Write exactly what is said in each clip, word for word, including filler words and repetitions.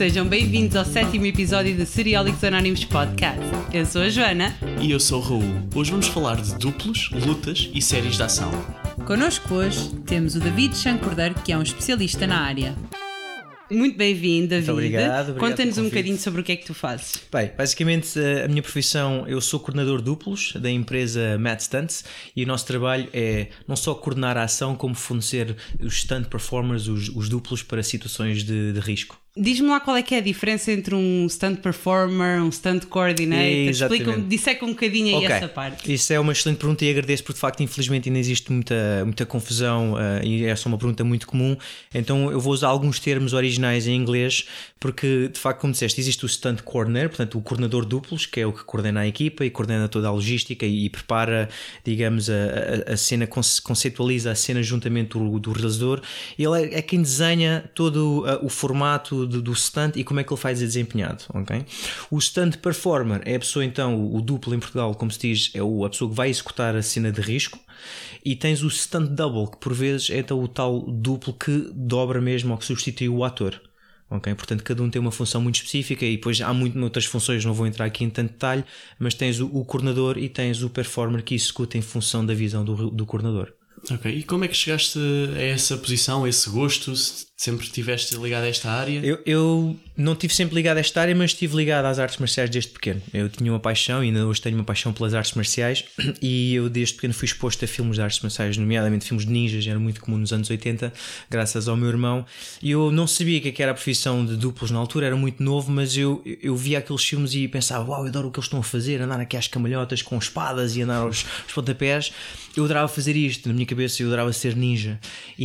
Sejam bem-vindos ao sétimo episódio do Seriólicos Anónimos Podcast. Eu sou a Joana. E eu sou o Raul. Hoje vamos falar de duplos, lutas e séries de ação. Connosco hoje temos o David Chan Cordeiro, que é um especialista na área. Muito bem-vindo, David. Muito obrigado. obrigado Conta-nos um bocadinho sobre o que é que tu fazes. Bem, basicamente a minha profissão, eu sou coordenador duplos da empresa Mad Stunts e o nosso trabalho é não só coordenar a ação, como fornecer os stunt performers, os, os duplos para situações de, de risco. Diz-me lá qual é que é a diferença entre um stunt performer, um stunt coordinator. Explica-me, disseca um bocadinho aí okay. essa parte. Isso é uma excelente pergunta e agradeço porque de facto infelizmente ainda existe muita, muita confusão uh, e essa é uma pergunta muito comum. Então eu vou usar alguns termos originais em inglês porque de facto, como disseste, existe o stunt coordinator, portanto o coordenador duplos, que é o que coordena a equipa e coordena toda a logística e, e prepara, digamos, a, a, a cena, conceitualiza a cena juntamente do, do realizador. Ele é, é quem desenha todo uh, o formato Do, do stunt e como é que ele faz a desempenhado, ok? O stunt performer é a pessoa, então, o, o duplo em Portugal, como se diz, é o, a pessoa que vai executar a cena de risco, e tens o stunt double, que por vezes é então o tal duplo que dobra mesmo ou que substitui o ator. Okay? Portanto, cada um tem uma função muito específica e depois há muito outras funções, não vou entrar aqui em tanto detalhe, mas tens o, o coordenador e tens o performer que executa em função da visão do, do coordenador. Ok, e como é que chegaste a essa posição, a esse gosto? Sempre estiveste ligado a esta área? Eu, eu não estive sempre ligado a esta área, mas estive ligado às artes marciais desde pequeno. Eu tinha uma paixão e ainda hoje tenho uma paixão pelas artes marciais e eu desde pequeno fui exposto a filmes de artes marciais, nomeadamente filmes de ninjas, era muito comum nos anos oitenta, graças ao meu irmão. E eu não sabia o que era a profissão de duplos na altura, era muito novo, mas eu, eu via aqueles filmes e pensava, uau, eu adoro o que eles estão a fazer, andar aqui às camalhotas com espadas e andar aos, aos pontapés. Eu adorava fazer isto, na minha cabeça eu adorava ser ninja.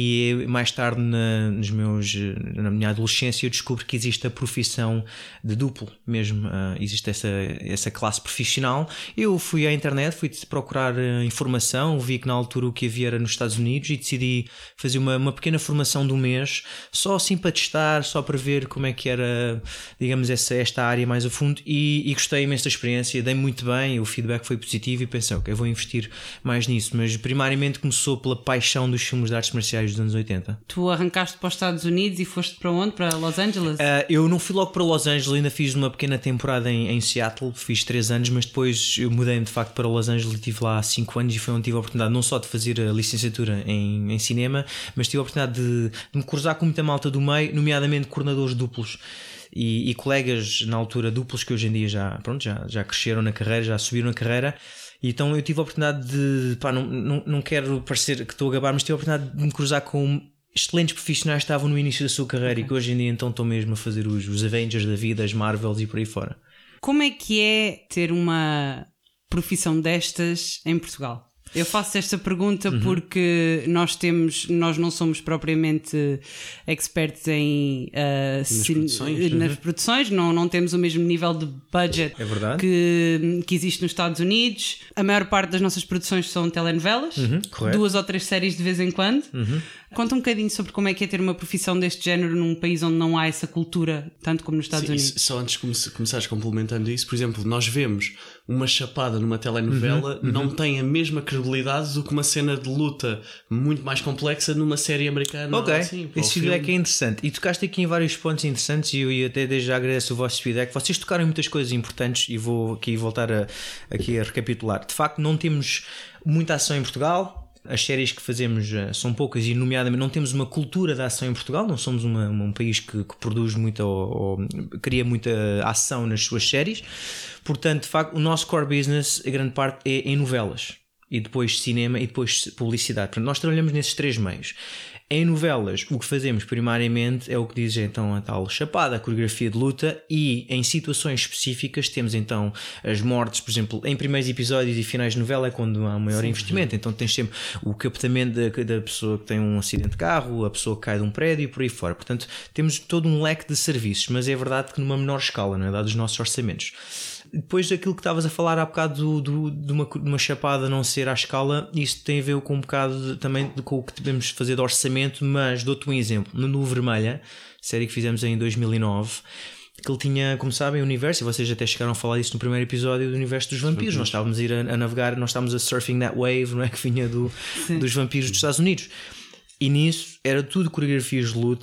E mais tarde na, nos meus, na minha adolescência eu descobri que existe a profissão de duplo mesmo, uh, existe essa, essa classe profissional. Eu fui à internet, fui procurar uh, informação, vi que na altura o que havia era nos Estados Unidos e decidi fazer uma, uma pequena formação de um mês, só assim para testar, só para ver como é que era, digamos, essa, esta área mais a fundo e, e gostei imenso da experiência, dei muito bem, o feedback foi positivo e pensei, ok, vou investir mais nisso, mas primariamente começou pela paixão dos filmes de artes marciais dos anos oitenta. Tu arrancaste para os Estados Unidos e foste para onde? Para Los Angeles? Uh, eu não fui logo para Los Angeles, ainda fiz uma pequena temporada em, em Seattle, fiz três anos, mas depois eu mudei-me de facto para Los Angeles e estive lá há cinco anos e foi onde tive a oportunidade não só de fazer a licenciatura em, em cinema, mas tive a oportunidade de, de me cruzar com muita malta do meio, nomeadamente coordenadores duplos. E, e colegas na altura duplos que hoje em dia já, pronto, já, já cresceram na carreira, já subiram na carreira. E então eu tive a oportunidade de, pá, não, não, não quero parecer que estou a gabar, mas tive a oportunidade de me cruzar com excelentes profissionais que estavam no início da sua carreira okay. e que hoje em dia então estão mesmo a fazer os, os Avengers da vida, as Marvels e por aí fora. Como é que é ter uma profissão destas em Portugal? Eu faço esta pergunta uhum. porque nós temos, nós não somos propriamente experts em uh, nas, cin- produções, nas uhum. produções, não, não temos o mesmo nível de budget é que, que existe nos Estados Unidos. A maior parte das nossas produções são telenovelas, uhum, duas ou três séries de vez em quando. Uhum. Conta um bocadinho sobre como é que é ter uma profissão deste género num país onde não há essa cultura, tanto como nos Estados Sim, Unidos. Só antes de come- começares complementando isso, por exemplo, nós vemos uma chapada numa telenovela, uhum, não uhum. tem a mesma credibilidade do que uma cena de luta muito mais complexa numa série americana. Ok, assim, esse feedback é interessante. E tocaste aqui em vários pontos interessantes e eu e até desde já agradeço o vosso feedback. Vocês tocaram muitas coisas importantes e vou aqui voltar a, aqui a recapitular. De facto, não temos muita ação em Portugal. As séries que fazemos uh, são poucas e, nomeadamente, não temos uma cultura da ação em Portugal. Não somos uma, uma, um país que, que produz muita ou, ou cria muita ação nas suas séries. Portanto, de facto, o nosso core business, a grande parte, é em novelas. E depois cinema e depois publicidade. Portanto, nós trabalhamos nesses três meios. Em novelas, o que fazemos primariamente é o que diz então a tal chapada, a coreografia de luta, e em situações específicas temos então as mortes, por exemplo, em primeiros episódios e finais de novela é quando há um maior sim, investimento, sim. Então tens sempre o captamento da, da pessoa que tem um acidente de carro, a pessoa que cai de um prédio e por aí fora. Portanto, temos todo um leque de serviços, mas é verdade que numa menor escala, não é? Dados os nossos orçamentos. Depois daquilo que estavas a falar há bocado do, do, de, uma, de uma chapada não ser à escala, isso tem a ver com um bocado de, também de, com o que devemos fazer de orçamento, mas dou-te um exemplo. No Lua Vermelha, série que fizemos em dois mil e nove, que ele tinha, como sabem, o universo, e vocês até chegaram a falar isso no primeiro episódio, do universo dos vampiros. Nós estávamos a ir a, a navegar, nós estávamos a surfing that wave, não é? Que vinha do, dos vampiros dos Estados Unidos. E nisso era tudo coreografias de luta,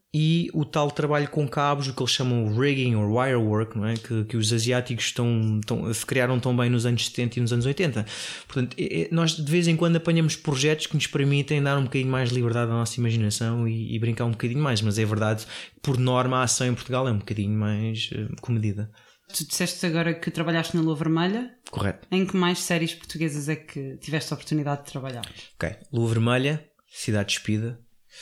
e o tal trabalho com cabos, o que eles chamam rigging ou wire work, não é? que, que os asiáticos estão, estão, criaram tão bem nos anos setenta e nos anos oitenta. Portanto, é, é, nós de vez em quando apanhamos projetos que nos permitem dar um bocadinho mais de liberdade à nossa imaginação e, e brincar um bocadinho mais, mas é verdade, por norma a ação em Portugal é um bocadinho mais uh, comedida. Tu disseste agora que trabalhaste na Lua Vermelha. Correto. Em que mais séries portuguesas é que tiveste a oportunidade de trabalhar? Ok. Lua Vermelha, Cidade Despida,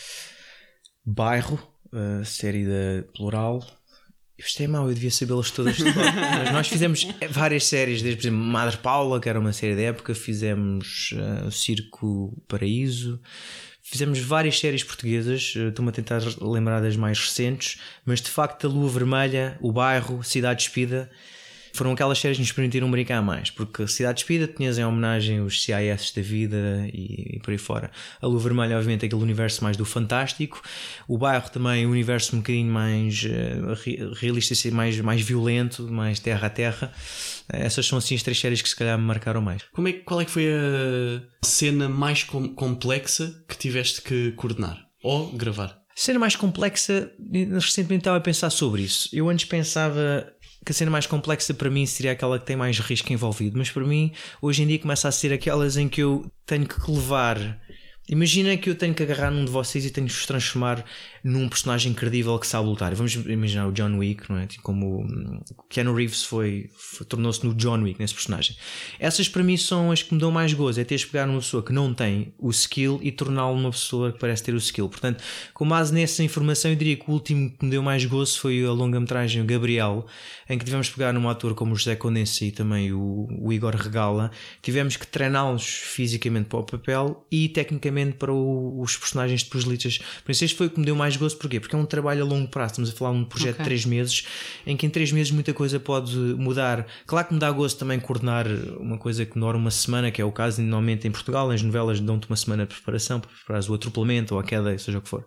Bairro, a série da Plural. Isto é mau, eu devia sabê-las todas. Mas nós fizemos várias séries, desde, por exemplo, Madre Paula, que era uma série da época, fizemos uh, o Circo Paraíso, fizemos várias séries portuguesas, estou-me a tentar lembrar das mais recentes, mas de facto a Lua Vermelha, o Bairro, Cidade Despida, foram aquelas séries que nos permitiram brincar mais, porque a Cidade Despida tinhas em homenagem os C I S da vida e, e por aí fora. A Lua Vermelha, obviamente, aquele universo mais do fantástico. O Bairro também, um universo um bocadinho mais uh, realista, mais, mais violento, mais terra a terra. Essas são assim as três séries que se calhar me marcaram mais. Como é, qual é que foi a cena mais com, complexa que tiveste que coordenar ou gravar? A cena mais complexa, recentemente estava a pensar sobre isso. Eu antes pensava que a cena mais complexa para mim seria aquela que tem mais risco envolvido, mas para mim hoje em dia começa a ser aquelas em que eu tenho que levar. Imagina que eu tenho que agarrar num de vocês e tenho que vos transformar num personagem credível que sabe lutar. Vamos imaginar o John Wick, não é? Tipo como o Keanu Reeves foi, foi, tornou-se no John Wick, nesse personagem. Essas para mim são as que me dão mais gozo. É teres de pegar numa pessoa que não tem o skill e torná-lo numa pessoa que parece ter o skill. Portanto, com base nessa informação, eu diria que o último que me deu mais gozo foi a longa-metragem o Gabriel, em que tivemos de pegar num ator como o José Condense e também o, o Igor Regala. Tivemos que treiná-los fisicamente para o papel e tecnicamente para o, os personagens de proselitas. Por isso este foi o que me deu mais gosto. Porquê? Porque é um trabalho a longo prazo. Estamos a falar de um projeto okay. de três meses, em que em três meses muita coisa pode mudar. Claro que me dá gosto também coordenar uma coisa que demora uma semana, que é o caso normalmente em Portugal, as novelas dão-te uma semana de preparação para preparar o atropelamento ou a queda, seja o que for.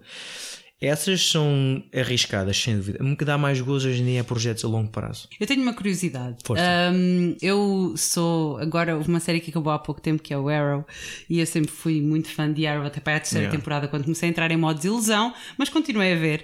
Essas são arriscadas, sem dúvida. O que dá mais gozo hoje em dia é projetos a longo prazo. Eu tenho uma curiosidade. Um, eu sou... Agora houve uma série que acabou há pouco tempo, que é o Arrow, e eu sempre fui muito fã de Arrow, até para a terceira yeah. temporada, quando comecei a entrar em modo desilusão, mas continuei a ver.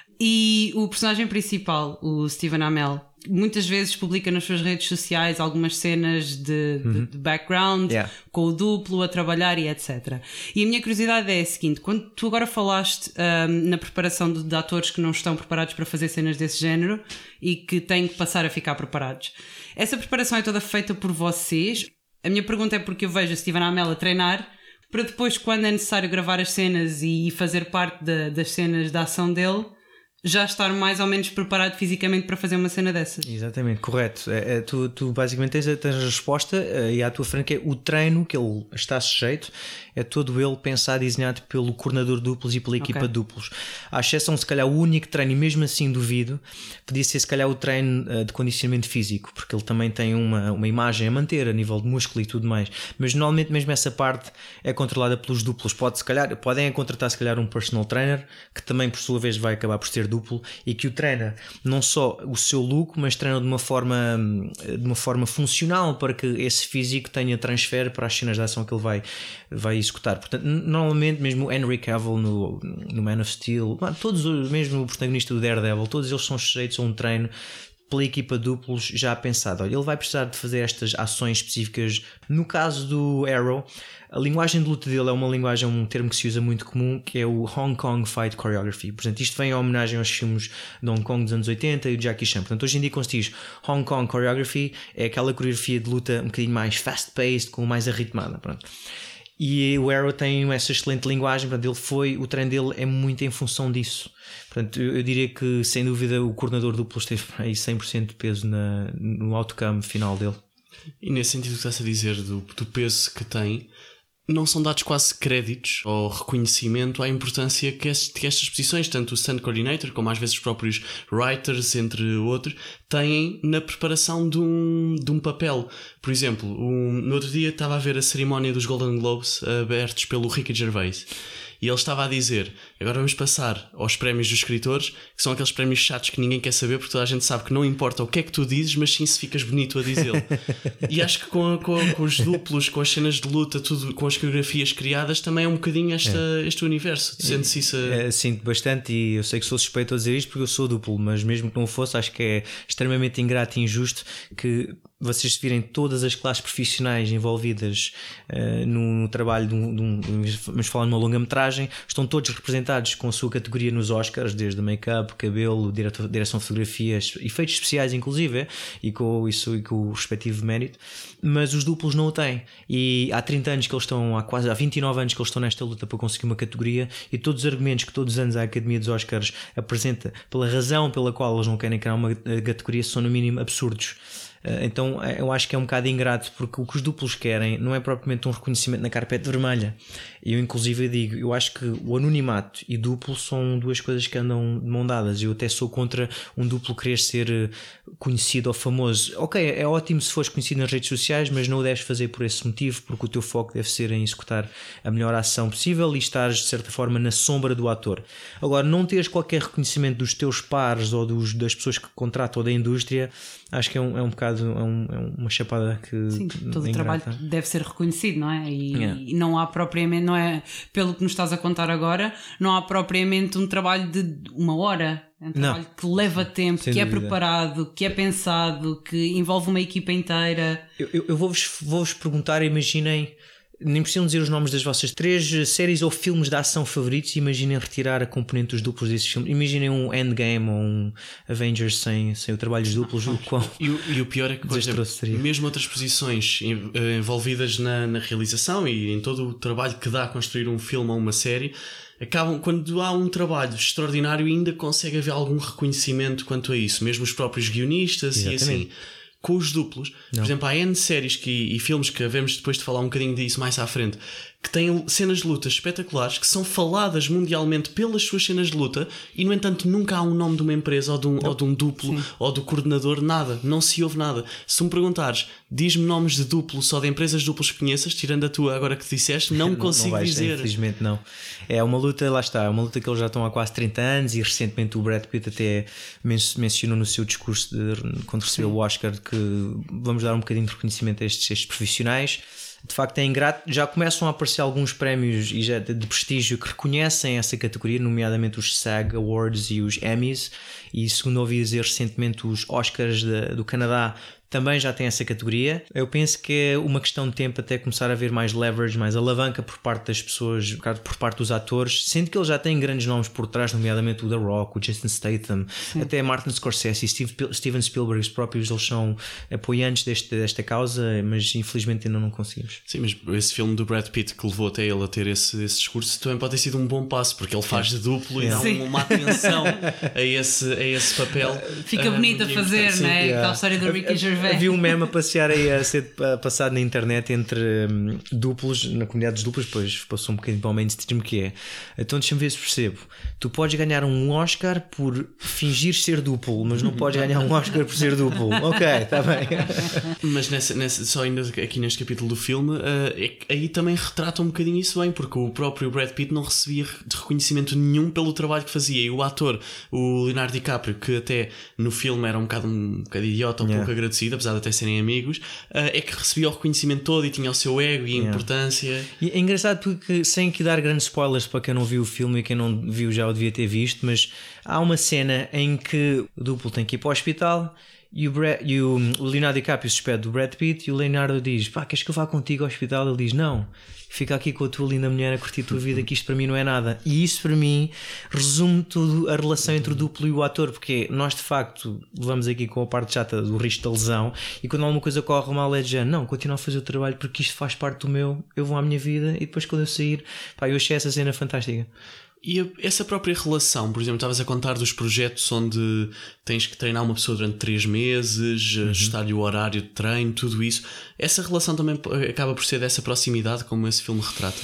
E o personagem principal, o Stephen Amell, muitas vezes publica nas suas redes sociais algumas cenas de, uhum. de, de background, yeah. com o duplo a trabalhar e etcétera. E a minha curiosidade é a seguinte: quando tu agora falaste um, na preparação de, de atores que não estão preparados para fazer cenas desse género e que têm que passar a ficar preparados, essa preparação é toda feita por vocês? A minha pergunta é porque eu vejo a Stephen Amell a treinar para depois, quando é necessário gravar as cenas e fazer parte de, das cenas da ação dele, já estar mais ou menos preparado fisicamente para fazer uma cena dessas. Exatamente, correto. É, é, tu, tu basicamente tens a, tens a resposta e à tua frente, que é o treino que ele está sujeito, é todo ele pensado e desenhado pelo coordenador de duplos e pela equipa okay. de duplos. À exceção, se calhar, o único treino, e mesmo assim duvido, podia ser se calhar o treino uh, de condicionamento físico, porque ele também tem uma, uma imagem a manter a nível de músculo e tudo mais. Mas normalmente mesmo essa parte é controlada pelos duplos. Pode, se calhar, podem contratar se calhar um personal trainer, que também por sua vez vai acabar por ser duplo, e que o treina não só o seu look, mas treina de uma forma de uma forma funcional para que esse físico tenha transfer para as cenas de ação que ele vai, vai executar. Portanto, normalmente mesmo o Henry Cavill no, no Man of Steel, todos, mesmo o protagonista do Daredevil, todos eles são sujeitos a um treino pela equipa duplos já pensado. Olha, ele vai precisar de fazer estas ações específicas. No caso do Arrow, a linguagem de luta dele é uma linguagem, um termo que se usa muito comum, que é o Hong Kong Fight Choreography. Portanto, isto vem em homenagem aos filmes de Hong Kong dos anos oitenta e do Jackie Chan. Portanto, hoje em dia, quando se diz Hong Kong Choreography, é aquela coreografia de luta um bocadinho mais fast-paced, com mais arritmada. Pronto. E o Arrow tem essa excelente linguagem. Portanto, ele foi, o treino dele é muito em função disso. Portanto, eu, eu diria que, sem dúvida, o coordenador duplo esteve aí cem por cento de peso na, no outcome final dele. E nesse sentido que estás a dizer do, do peso que tem, não são dados quase créditos ou reconhecimento à importância que, este, que estas posições, tanto o stunt coordinator como às vezes os próprios writers, entre outros, têm na preparação de um, de um papel. Por exemplo, um, no outro dia estava a ver a cerimónia dos Golden Globes abertos pelo Ricky Gervais. E ele estava a dizer: agora vamos passar aos prémios dos escritores, que são aqueles prémios chatos que ninguém quer saber, porque toda a gente sabe que não importa o que é que tu dizes, mas sim se ficas bonito a dizê-lo. E acho que com, com, com os duplos, com as cenas de luta, tudo, com as coreografias criadas, também é um bocadinho esta, é. este universo. Sente-se isso? A... É, sinto bastante, e eu sei que sou suspeito a dizer isto porque eu sou duplo, mas mesmo que não fosse, acho que é extremamente ingrato e injusto que vocês virem todas as classes profissionais envolvidas uh, no, no trabalho de um, de um, vamos falar numa longa-metragem, estão todos representados com a sua categoria nos Oscars, desde make-up, cabelo, diretor, direção de fotografias, efeitos especiais inclusive, e com isso e com o respectivo mérito, mas os duplos não o têm, e há trinta anos que eles estão, há quase há vinte e nove anos que eles estão nesta luta para conseguir uma categoria, e todos os argumentos que todos os anos a Academia dos Oscars apresenta pela razão pela qual eles não querem criar uma categoria são no mínimo absurdos. Então eu acho que é um bocado ingrato, porque o que os duplos querem não é propriamente um reconhecimento na carpete vermelha. Eu inclusive digo, eu acho que o anonimato e duplo são duas coisas que andam de mão dadas. Eu até sou contra um duplo querer ser conhecido ou famoso. Ok, é ótimo se fores conhecido nas redes sociais, mas não o deves fazer por esse motivo, porque o teu foco deve ser em executar a melhor ação possível e estares de certa forma na sombra do ator. Agora, não teres qualquer reconhecimento dos teus pares ou dos, das pessoas que contratam ou da indústria, acho que é um, é um bocado é, um, é uma chapada que sim, todo o trabalho deve ser reconhecido, não é? E, yeah. e não há propriamente, não é, pelo que nos estás a contar agora, não há propriamente um trabalho de uma hora. É um trabalho não. que leva tempo, Sem que dúvida. é preparado, que é pensado, que envolve uma equipa inteira. Eu, eu, eu vou-vos, vou-vos perguntar, imaginem, nem precisam dizer os nomes das vossas três séries ou filmes de ação favoritos, imaginem retirar a componente dos duplos desses filmes. Imaginem um Endgame ou um Avengers sem, sem o trabalho dos duplos. O qual e, o, e o pior é que, por exemplo, mesmo outras posições envolvidas na, na realização e em todo o trabalho que dá a construir um filme ou uma série, acabam, quando há um trabalho extraordinário, ainda consegue haver algum reconhecimento quanto a isso, mesmo os próprios guionistas. Exatamente. E assim. Com os duplos, não. Por exemplo, há N séries que, e filmes que havemos depois de falar um bocadinho disso mais à frente, que têm cenas de luta espetaculares, que são faladas mundialmente pelas suas cenas de luta, e no entanto nunca há um nome de uma empresa ou de um, ou de um duplo Sim. ou do coordenador, nada, não se ouve nada. Se tu me perguntares, diz-me nomes de duplo só de empresas de duplos que conheças, tirando a tua agora que disseste, não me consigo não, não vais, dizer. Infelizmente não. É uma luta, lá está, é uma luta que eles já estão há quase trinta anos, e recentemente o Brad Pitt até mencionou no seu discurso de, quando recebeu Sim. o Oscar, que vamos dar um bocadinho de reconhecimento a estes, estes profissionais. De facto é ingrato, já começam a aparecer alguns prémios e já de prestígio que reconhecem essa categoria, nomeadamente os SAG Awards e os Emmys, e segundo ouvi dizer recentemente os Oscars de, do Canadá também já tem essa categoria. Eu penso que é uma questão de tempo até começar a haver mais leverage, mais alavanca por parte das pessoas, por parte dos atores, sendo que eles já têm grandes nomes por trás, nomeadamente o The Rock, o Jason Statham, Sim. até Martin Scorsese e Steve, Steven Spielberg, os próprios, eles são apoiantes deste, desta causa, mas infelizmente ainda não conseguimos. Sim, mas esse filme do Brad Pitt que levou até ele a ter esse, esse discurso também pode ter sido um bom passo, porque ele faz de duplo é. e dá uma, uma atenção a esse, a esse papel. Fica uh, bonito a fazer, não é? Yeah. Aquela história do Ricky Gervais. Havia um meme a passear aí a ser passado na internet entre um, duplos, na comunidade dos duplos, depois passou um bocadinho para o mainstream, que é, então deixa-me ver se percebo, tu podes ganhar um Oscar por fingir ser duplo, mas não podes ganhar um Oscar por ser duplo. Ok, está bem. Mas nessa, nessa, só ainda aqui neste capítulo do filme, uh, é, aí também retrata um bocadinho isso bem, porque o próprio Brad Pitt não recebia de reconhecimento nenhum pelo trabalho que fazia, e o ator, o Leonardo DiCaprio, que até no filme era um bocado, um bocado idiota, um yeah. pouco agradecido, apesar de até serem amigos, é que recebia o reconhecimento todo e tinha o seu ego e a yeah. importância. E é engraçado porque, sem que dar grandes spoilers para quem não viu o filme e quem não viu já o devia ter visto, mas há uma cena em que o duplo tem que ir para o hospital e o, Brad, e o Leonardo DiCaprio se despede do Brad Pitt e o Leonardo diz, pá, queres que eu vá contigo ao hospital? Ele diz, não, fica aqui com a tua linda mulher a curtir a tua vida, que isto para mim não é nada. E isso para mim resume tudo a relação entre o duplo e o ator, porque nós de facto levamos aqui com a parte chata do risco da lesão, e quando alguma coisa corre mal é de já, não, continuo a fazer o trabalho porque isto faz parte do meu, eu vou à minha vida, e depois quando eu sair, pá, eu achei essa cena fantástica. E essa própria relação, por exemplo, estavas a contar dos projetos onde tens que treinar uma pessoa durante três meses, uhum. ajustar-lhe o horário de treino, tudo isso. Essa relação também acaba por ser dessa proximidade, como esse filme retrata?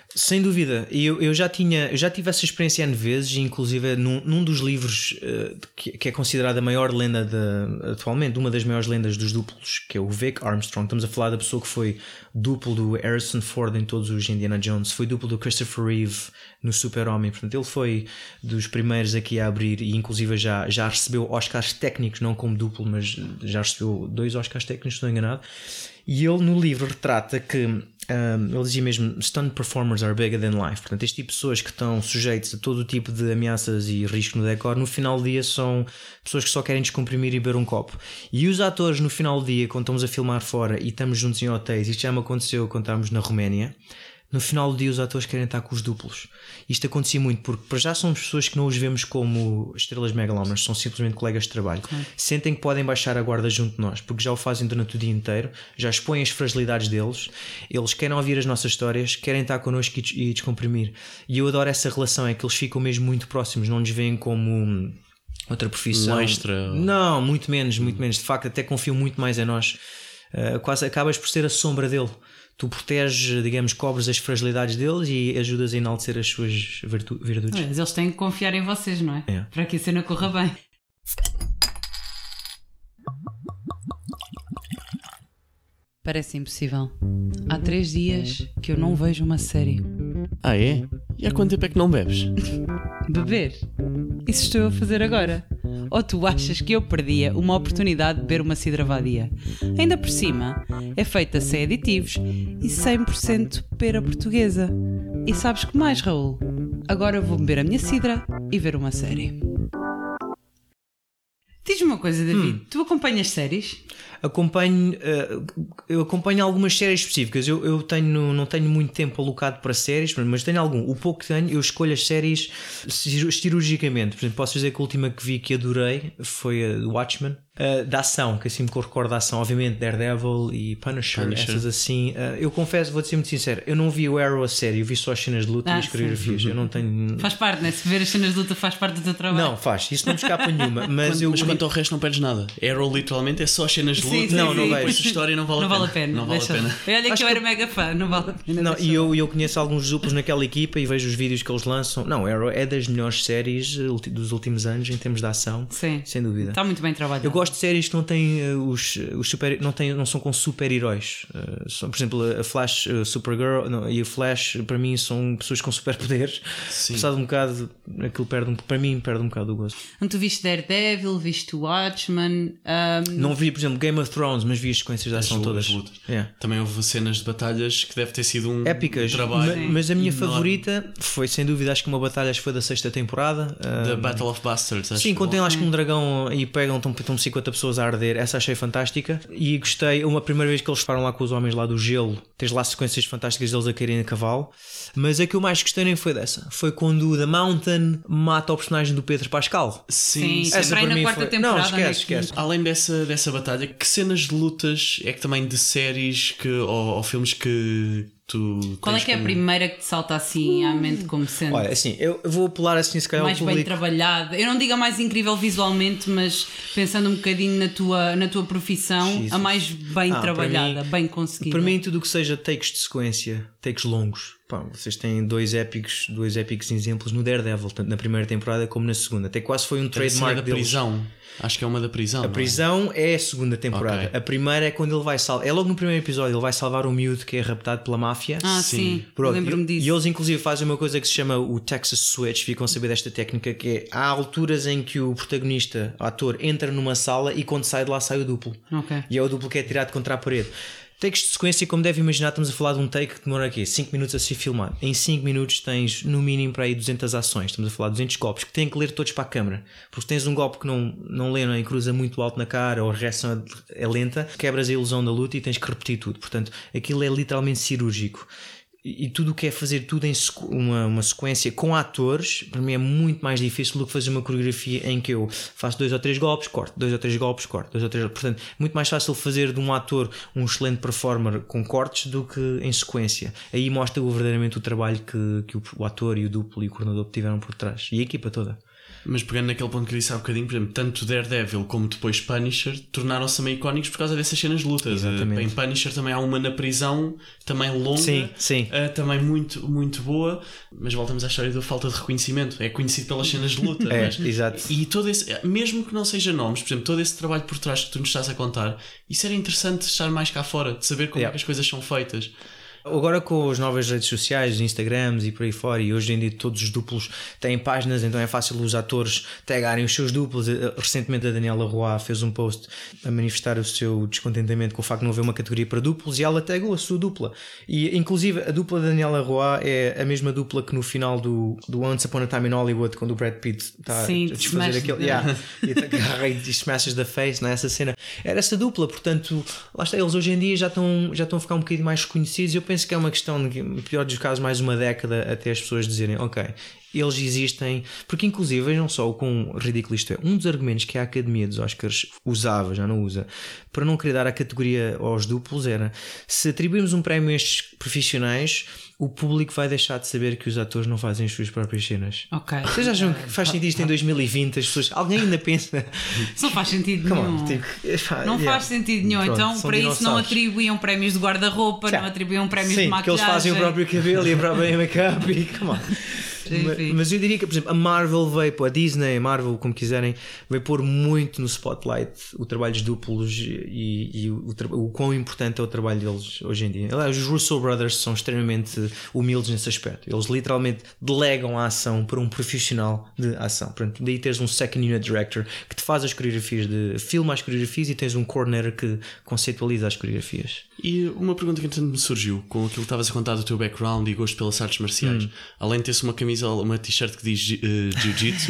Sem dúvida, eu, eu já tinha, eu já tive essa experiência N vezes, e inclusive num, num dos livros uh, que, que é considerada a maior lenda de, atualmente, uma das maiores lendas dos duplos, que é o Vic Armstrong. Estamos a falar da pessoa que foi duplo do Harrison Ford em todos os Indiana Jones, foi duplo do Christopher Reeve no Super-Homem, portanto ele foi dos primeiros aqui a abrir, e inclusive já, já recebeu Oscars técnicos, não como duplo, mas já recebeu dois Oscars técnicos, se não estou enganado. E ele no livro retrata que um, ele dizia mesmo: stunt performers are bigger than life. Portanto, este tipo de pessoas que estão sujeitos a todo o tipo de ameaças e risco no decor, no final do dia são pessoas que só querem descomprimir e beber um copo. E os atores no final do dia, quando estamos a filmar fora e estamos juntos em hotéis, isto já me aconteceu quando estávamos na Roménia, no final do dia os atores querem estar com os duplos. Isto acontecia muito porque para já somos pessoas que não os vemos como estrelas megalómanas, são simplesmente colegas de trabalho. Claro. Sentem que podem baixar a guarda junto de nós, porque já o fazem durante o dia inteiro, já expõem as fragilidades deles, eles querem ouvir as nossas histórias, querem estar connosco e descomprimir. E eu adoro essa relação, é que eles ficam mesmo muito próximos, não nos veem como outra profissão. Um extra. Não, muito menos, muito menos. De facto, até confiam muito mais em nós. Uh, quase acabas por ser a sombra dele. Tu proteges, digamos, cobres as fragilidades deles e ajudas a enaltecer as suas virtu- virtudes. Mas eles têm que confiar em vocês, não é? é. Para que a cena corra bem. Parece impossível. Há três dias que eu não vejo uma série. Ah, é? E há quanto tempo é que não bebes? Beber? Isso estou eu a fazer agora. Ou tu achas que eu perdia uma oportunidade de beber uma cidra vadia? Ainda por cima, é feita sem aditivos e cem por cento pera portuguesa. E sabes que mais, Raul? Agora vou beber a minha cidra e ver uma série. Diz-me uma coisa, David, hum. tu acompanhas séries? Acompanho, uh, eu acompanho algumas séries específicas. Eu, eu tenho, não tenho muito tempo alocado para séries, mas tenho algum. O pouco que tenho, eu escolho as séries cirurgicamente. Por exemplo, posso dizer que a última que vi que adorei foi a Watchmen. Uh, da ação, que assim me recordo da ação, obviamente Daredevil e Punisher, Punisher. Essas assim. Uh, eu confesso, vou-te ser muito sincero, eu não vi o Arrow a série, eu vi só as cenas de luta ah, e as coreografias. Eu não tenho. Faz parte, né? Se ver as cenas de luta faz parte do teu trabalho. Não, faz, isso não me escapa nenhuma. Mas, quando, eu... mas quanto ao resto, não perdes nada. Arrow literalmente é só as cenas de luta. Sim, sim, não, não sim. vejo. Essa história não vale não a vale pena. a pena. Não vale a pena. Olha que Acho eu que... era mega fã, não vale a pena. Não, e eu, eu conheço alguns duplos naquela equipa e vejo os vídeos que eles lançam. Não, Arrow é das melhores séries dos últimos anos em termos de ação. Sim. Sem dúvida. Está muito bem trabalhado. Eu gosto de séries que não têm uh, os, os super, não, têm, não são com super-heróis. Uh, são, por exemplo, a Flash, uh, Supergirl não, e o Flash, para mim, são pessoas com superpoderes. Passado um bocado, aquilo perde um, para mim, perde um bocado o gosto. Então, tu viste Daredevil, viste Watchmen? Um... Não vi, por exemplo, Game of Thrones, mas vi as sequências de ação todas. Yeah. Também houve cenas de batalhas que deve ter sido um, épicas, um trabalho. Ma- mas a minha enorme. Favorita foi, sem dúvida, acho que uma batalha acho que foi da sexta temporada. The um, Battle of Bastards. Sim, quando tem acho que um dragão e pegam, estão, estão cinquenta pessoas a arder. Essa achei fantástica. E gostei, uma primeira vez que eles param lá com os homens lá do gelo, tens lá sequências fantásticas deles a caírem a cavalo. Mas a que eu mais gostei nem foi dessa. Foi quando o The Mountain mata o personagem do Pedro Pascal. Sim, sim, essa para na quarta foi... temporada. Não, esquece, esquece. Além dessa, dessa batalha, que cenas de lutas é que também de séries que, ou, ou filmes que tu. Qual é que é a primeira que te salta assim à mente como sendo? Olha, assim, eu vou apelar assim se calhar mais ao público. Bem trabalhada. Eu não digo a mais incrível visualmente, mas pensando um bocadinho na tua, na tua profissão, Jesus. A mais bem ah, trabalhada, mim, bem conseguida. Para mim, tudo o que seja takes de sequência, takes longos. Pá, vocês têm dois épicos, dois épicos exemplos no Daredevil, tanto na primeira temporada como na segunda. Até quase foi um trademark da deles. Prisão. Acho que é uma da prisão. A prisão é? é a segunda temporada. Okay. A primeira é quando ele vai salvar. É logo no primeiro episódio, ele vai salvar um miúdo que é raptado pela máfia. Ah, sim. sim. Lembro-me disso. E eles, inclusive, fazem uma coisa que se chama o Texas Switch. Ficam a saber desta técnica, que é há alturas em que o protagonista, o ator, entra numa sala e quando sai de lá sai o duplo. Okay. E é o duplo que é tirado contra a parede. Takes de sequência, como deve imaginar, estamos a falar de um take que demora aqui cinco minutos a ser filmado. Em cinco minutos tens no mínimo para aí duzentas ações. Estamos a falar de duzentos golpes que têm que ler todos para a câmara. Porque tens um golpe que não, não lê, não é? E cruza muito alto na cara ou a reação é lenta, quebras a ilusão da luta e tens que repetir tudo. Portanto, aquilo é literalmente cirúrgico. E tudo o que é fazer tudo em sequ- uma, uma sequência com atores, para mim é muito mais difícil do que fazer uma coreografia em que eu faço dois ou três golpes, corto, dois ou três golpes, corto, dois ou três golpes. Portanto, muito mais fácil fazer de um ator um excelente performer com cortes do que em sequência. Aí mostra verdadeiramente o trabalho que, que o, o ator e o duplo e o coordenador tiveram por trás. E a equipa toda. Mas pegando naquele ponto que eu disse há bocadinho, por exemplo, tanto Daredevil como depois Punisher tornaram-se meio icónicos por causa dessas cenas de lutas. Exatamente. Em Punisher também há uma na prisão, também longa, sim, sim. Uh, também muito, muito boa, mas voltamos à história da falta de reconhecimento. É conhecido pelas cenas de luta. É, mas, exato. E todo esse, mesmo que não seja nomes, por exemplo, todo esse trabalho por trás que tu nos estás a contar, isso era interessante estar mais cá fora, de saber como yeah. é que as coisas são feitas. Agora com as novas redes sociais, os Instagrams e por aí fora, e hoje em dia todos os duplos têm páginas, então é fácil os atores tagarem os seus duplos. Recentemente a Daniela Roy fez um post a manifestar o seu descontentamento com o facto de não haver uma categoria para duplos e ela tagau a sua dupla. E inclusive a dupla da Daniela Roy é a mesma dupla que no final do, do Once Upon a Time in Hollywood, quando o Brad Pitt está Sim, a desfazer aquele... Yeah, e smashes the face, não é? Essa cena. Era essa dupla, portanto, lá está, eles hoje em dia já estão, já estão a ficar um bocadinho mais reconhecidos. Eu penso que é uma questão de, no pior dos casos, mais uma década até as pessoas dizerem ok, eles existem, porque inclusive vejam só o quão ridículo isto é. Um dos argumentos que a Academia dos Oscars usava, já não usa, para não querer dar a categoria aos duplos era: se atribuirmos um prémio a estes profissionais, o público vai deixar de saber que os atores não fazem as suas próprias cenas. Ok. Vocês acham que faz sentido isto em dois mil e vinte? As pessoas, alguém ainda pensa? Isso não faz sentido Come nenhum. on, tipo, não yeah. faz sentido nenhum. Pronto, então, para isso, não atribuíam prémios de guarda-roupa, não atribuíam prémios Sim, de maquilhagem. que eles fazem o próprio cabelo e a própria make-up e come on. Mas, mas eu diria que, por exemplo, a Marvel veio, a Disney, a Marvel, como quiserem, veio pôr muito no spotlight o trabalho dos duplos e, e o, o, o quão importante é o trabalho deles hoje em dia. Aliás, os Russo Brothers são extremamente humildes nesse aspecto. Eles literalmente delegam a ação para um profissional de ação. Portanto, daí tens um second unit director que te faz as coreografias, de filma as coreografias, e tens um coordinator que conceitualiza as coreografias. E uma pergunta que entretanto me surgiu com aquilo que estavas a contar do teu background e gosto pelas artes marciais, hum. além de teres uma camisola, uma t-shirt que diz uh, Jiu-Jitsu,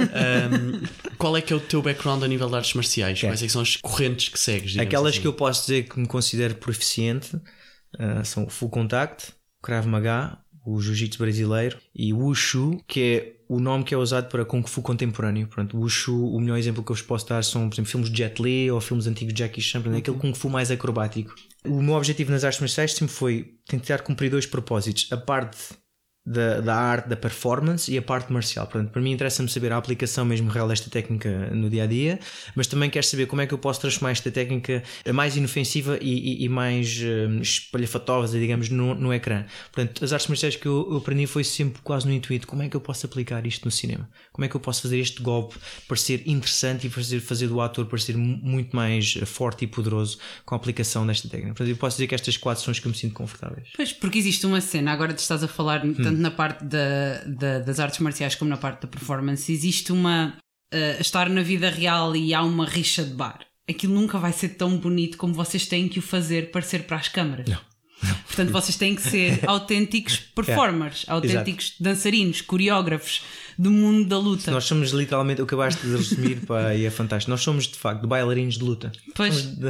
um, qual é que é o teu background a nível de artes marciais? Okay. Quais é que são as correntes que segues? Aquelas assim? Que eu posso dizer que me considero proficiente uh, são o Full Contact, o Krav Maga, o Jiu-Jitsu brasileiro e o Wushu, que é o nome que é usado para Kung Fu contemporâneo. Pronto, o Wushu, o melhor exemplo que eu vos posso dar são, por exemplo, filmes de Jet Li ou filmes antigos de Jackie Chan, okay. Aquele Kung Fu mais acrobático. O meu objetivo nas artes marciais sempre foi tentar cumprir dois propósitos: a parte da, da arte, da performance, e a parte marcial. Portanto, para mim interessa-me saber a aplicação mesmo real desta técnica no dia-a-dia, mas também quero saber como é que eu posso transformar esta técnica mais inofensiva e, e, e mais um, espalhafatosa, digamos, no, no ecrã. Portanto, as artes marciais que eu, eu aprendi foi sempre quase no intuito: como é que eu posso aplicar isto no cinema? Como é que eu posso fazer este golpe parecer interessante e fazer, fazer do ator parecer muito mais forte e poderoso com a aplicação desta técnica? Portanto, eu posso dizer que estas quatro são as que eu me sinto confortáveis. Pois, porque existe uma cena, agora te estás a falar hum. tanto na parte da, da, das artes marciais como na parte da performance, existe uma uh, estar na vida real e há uma rixa de bar. Aquilo nunca vai ser tão bonito como vocês têm que o fazer parecer para as câmaras. Não. Portanto, vocês têm que ser autênticos performers, yeah. autênticos Exato. dançarinos, coreógrafos do mundo da luta. Nós somos literalmente, o que acabaste de resumir, pá, e é fantástico. Nós somos de facto de bailarinos de luta. Pois. De,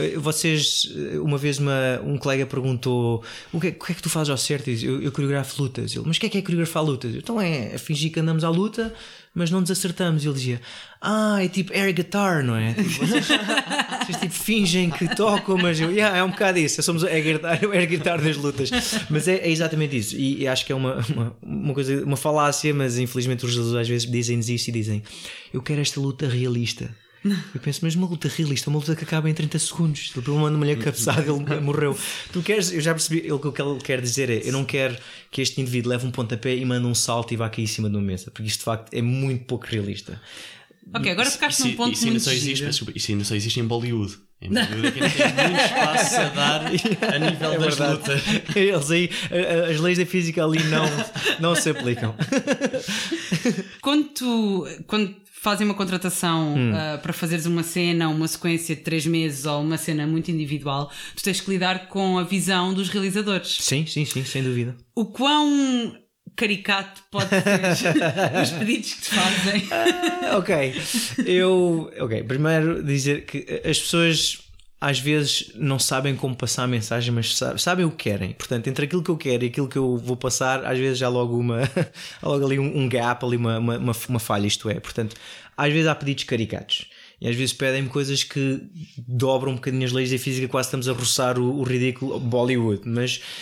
vocês, uma vez uma, um colega perguntou: o que, é, o que é que tu fazes ao certo? Eu, eu, eu coreografo lutas. Ele: mas o que é que é coreografar lutas? Eu, então é, é fingir que andamos à luta, mas não nos acertamos. E ele dizia: ah, é tipo air guitar, não é? Tipo, vocês, vocês tipo, fingem que tocam, mas eu, yeah, é um bocado isso. Somos air guitar, air guitar das lutas. Mas é, é exatamente isso. E, e acho que é uma, uma, uma coisa, uma falácia, mas infelizmente os realizadores às vezes dizem-nos isso e dizem: eu quero esta luta realista. Eu penso, mas uma luta realista, uma luta que acaba em trinta segundos. Por uma mulher cabeçada, ele morreu. Tu queres, eu já percebi, ele, o que ele quer dizer é: eu não quero que este indivíduo leve um pontapé e mande um salto e vá cair em cima de uma mesa, porque isto de facto é muito pouco realista. Ok, agora ficaste num ponto isso muito ainda só existe, desculpa, isso ainda só existe em Bollywood. Em Bollywood é que ainda tem muito espaço a dar a nível é das verdade. lutas. Eles aí, as leis da física ali não, não se aplicam. Quando tu, quando fazem uma contratação hum. uh, para fazeres uma cena, uma sequência de três meses ou uma cena muito individual, tu tens que lidar com a visão dos realizadores. Sim, sim, sim, sem dúvida. O quão caricato pode ser os pedidos que te fazem? Ah, ok, eu ok, primeiro dizer que as pessoas às vezes não sabem como passar a mensagem, mas sabem o que querem. Portanto, entre aquilo que eu quero e aquilo que eu vou passar, às vezes há logo, uma, há logo ali um, um gap, ali uma, uma, uma falha, isto é. Portanto, às vezes há pedidos caricatos. E às vezes pedem-me coisas que dobram um bocadinho as leis da física, quase estamos a roçar o, o ridículo Bollywood. Mas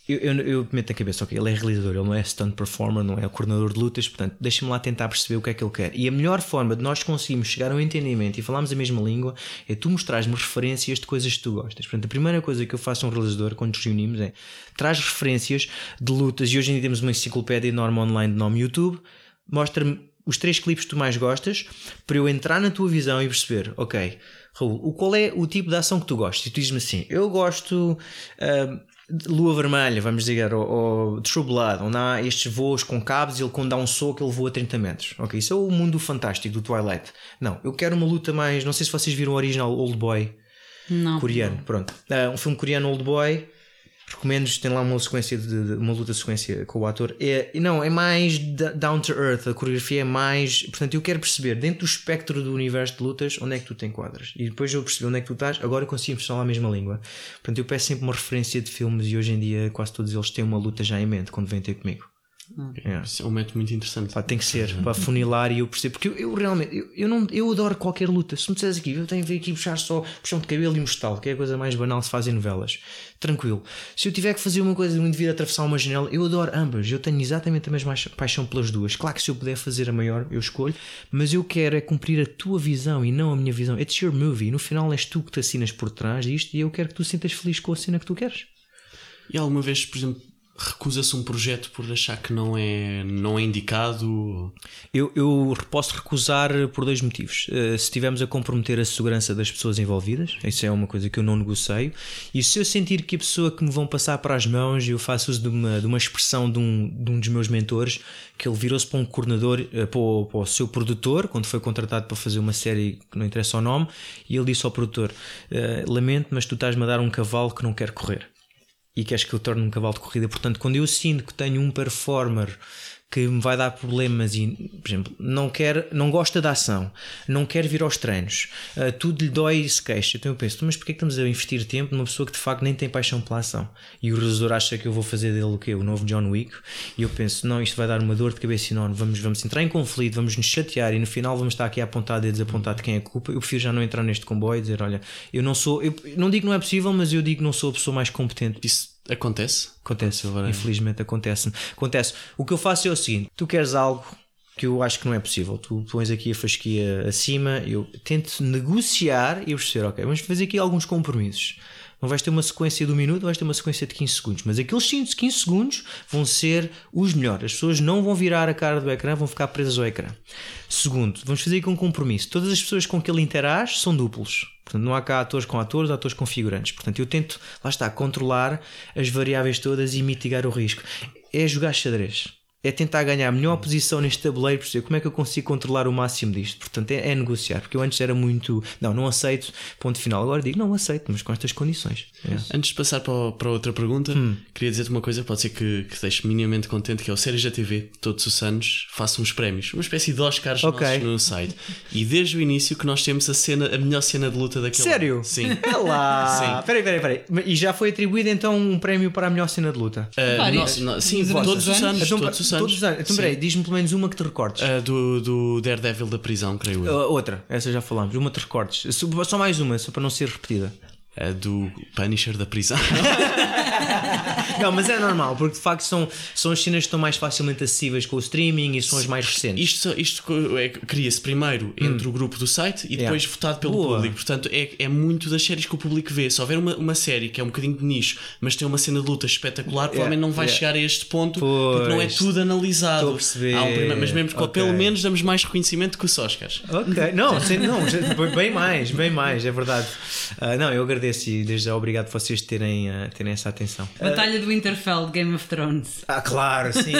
Eu, eu, eu meto na cabeça, ok, ele é realizador, ele não é stunt performer, não é coordenador de lutas, portanto, deixa-me lá tentar perceber o que é que ele quer. E a melhor forma de nós conseguirmos chegar a um entendimento e falarmos a mesma língua é tu mostrares-me referências de coisas que tu gostas. Portanto, a primeira coisa que eu faço a um realizador quando nos reunimos é traz referências de lutas, e hoje em dia temos uma enciclopédia enorme online de nome YouTube, mostra-me os três clipes que tu mais gostas para eu entrar na tua visão e perceber, ok, Raul, qual é o tipo de ação que tu gostas? E tu dizes-me assim, eu gosto... Uh, Lua Vermelha, vamos dizer, ou, ou True Blood, onde há estes voos com cabos e ele quando dá um soco ele voa trinta metros. Ok, isso é o mundo fantástico do Twilight. Não, eu quero uma luta mais... Não sei se vocês viram o original Old Boy não, coreano. Não. Pronto, uh, um filme coreano Old Boy. Recomendo, tem lá uma sequência de, de uma luta de sequência com o ator. É, não, é mais down to earth, a coreografia é mais. Portanto, eu quero perceber dentro do espectro do universo de lutas onde é que tu te enquadras. E depois eu perceber onde é que tu estás, agora conseguimos falar a mesma língua. Portanto, eu peço sempre uma referência de filmes e hoje em dia quase todos eles têm uma luta já em mente quando vêm ter comigo. Yeah. Isso é um método muito interessante. Pá, tem que ser para funilar e eu percebo, porque eu, eu realmente eu, eu, não, eu adoro qualquer luta. Se me disseres aqui, eu tenho que vir aqui puxar só puxão de cabelo e mostá-lo, que é a coisa mais banal que se faz em novelas. Tranquilo. Se eu tiver que fazer uma coisa de um indivíduo atravessar uma janela, eu adoro ambas. Eu tenho exatamente a mesma paixão pelas duas. Claro que se eu puder fazer a maior, eu escolho, mas eu quero é cumprir a tua visão e não a minha visão. It's your movie. No final és tu que te assinas por trás disto e eu quero que tu sintas feliz com a cena que tu queres. E alguma vez, por exemplo, recusa-se um projeto por achar que não é, não é indicado? Eu, eu posso recusar por dois motivos. Uh, se estivermos a comprometer a segurança das pessoas envolvidas, isso é uma coisa que eu não negocio, e se eu sentir que a pessoa que me vão passar para as mãos, eu faço uso de uma, de uma expressão de um, de um dos meus mentores, que ele virou-se para um coordenador, uh, para, o, para o seu produtor, quando foi contratado para fazer uma série que não interessa o nome, e ele disse ao produtor, uh, lamento, mas tu estás-me a dar um cavalo que não quer correr. E queres que eu torne um cavalo de corrida. Portanto, quando eu sinto que tenho um performer que me vai dar problemas e, por exemplo, não, quer, não gosta da ação, não quer vir aos treinos, uh, tudo lhe dói e se queixa, então eu penso, mas porquê é que estamos a investir tempo numa pessoa que de facto nem tem paixão pela ação? E o realizador acha que eu vou fazer dele o quê? O novo John Wick? E eu penso, não, isto vai dar uma dor de cabeça enorme, vamos, vamos entrar em conflito, vamos nos chatear e no final vamos estar aqui a apontar dedos, a apontar de quem é a culpa. Eu prefiro já não entrar neste comboio e dizer, olha, eu não sou, eu não digo que não é possível, mas eu digo que não sou a pessoa mais competente. Isso acontece? Acontece, infelizmente acontece-me. Acontece. O que eu faço é o seguinte: tu queres algo que eu acho que não é possível, tu pões aqui a fasquia acima, eu tento negociar e perceber, ok, vamos fazer aqui alguns compromissos. Não vais ter uma sequência de um minuto, vais ter uma sequência de quinze segundos, mas aqueles quinze segundos vão ser os melhores. As pessoas não vão virar a cara do ecrã, vão ficar presas ao ecrã. Segundo, vamos fazer aqui um compromisso. Todas as pessoas com que ele interage são duplos. Portanto, não há cá atores com atores, atores com figurantes. Portanto, eu tento, lá está, controlar as variáveis todas e mitigar o risco. É jogar xadrez. É tentar ganhar a melhor posição neste tabuleiro, perceber como é que eu consigo controlar o máximo disto. Portanto, é, é negociar, porque eu antes era muito, não, não aceito, ponto final. Agora digo, não aceito, mas com estas condições. É. Antes de passar para, o, para outra pergunta, hum. queria dizer-te uma coisa, pode ser que, que deixe minimamente contente, que é o Séries da T V, todos os anos, faço uns prémios, uma espécie de Oscars okay. nossos no site. E desde o início que nós temos a cena, a melhor cena de luta daquele Sério? ano. Sim. É lá! Peraí, peraí, peraí. E já foi atribuído então um prémio para a melhor cena de luta? Uh, nós, nós, sim, todos os anos. Então, todos os anos. Todos os anos. Então, peraí, diz-me pelo menos uma que te recordes. Uh, do, do Daredevil da prisão, creio eu. Uh, outra, essa já falámos. Uma te recordes. Só mais uma, só para não ser repetida. Uh, do Punisher da prisão. Não, mas é normal, porque de facto são, são as cenas que estão mais facilmente acessíveis com o streaming e são as mais recentes. Isto, isto é, cria-se primeiro entre hum. o grupo do site e depois yeah. votado pelo Boa. público. Portanto, é, é muito das séries que o público vê. Se houver uma, uma série que é um bocadinho de nicho, mas tem uma cena de luta espetacular, yeah. provavelmente não vai yeah. chegar a este ponto, pois. porque não é tudo analisado. Estou a perceber. Há um primeiro, mas mesmo que okay. pelo menos damos mais reconhecimento que os Oscars. Ok, não, sem, não bem mais, bem mais, é verdade. Uh, não, eu agradeço e desde já obrigado por vocês terem, uh, terem essa atenção. Batalha uh, do Winterfell, Game of Thrones. Ah, claro, sim.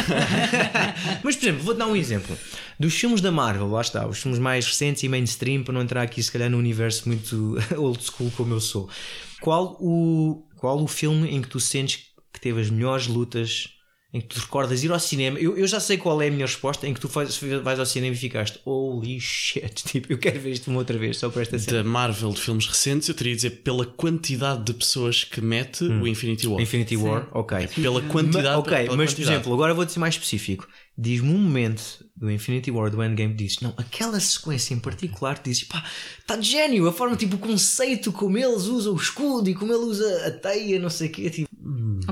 Mas, por exemplo, vou-te dar um exemplo. Dos filmes da Marvel, lá está, os filmes mais recentes e mainstream, para não entrar aqui se calhar num universo muito old school como eu sou. Qual o, qual o filme em que tu sentes que teve as melhores lutas, em que tu recordas ir ao cinema? Eu, eu já sei qual é a minha resposta, em que tu faz, vais ao cinema e ficaste holy shit, tipo, eu quero ver isto uma outra vez só por esta cena. Da Marvel de filmes recentes, eu teria de dizer pela quantidade de pessoas que mete hum. o Infinity War. Infinity Sim. War, ok. Pela quantidade. Ma, ok, pela mas quantidade. Por exemplo, agora vou-te ser mais específico. Diz-me um momento do Infinity War, do Endgame, dizes, não, aquela sequência em particular, tu dizes, pá, está de gênio, a forma, tipo, o conceito, como eles usam o escudo e como ele usa a teia, não sei o quê, tipo... Hum.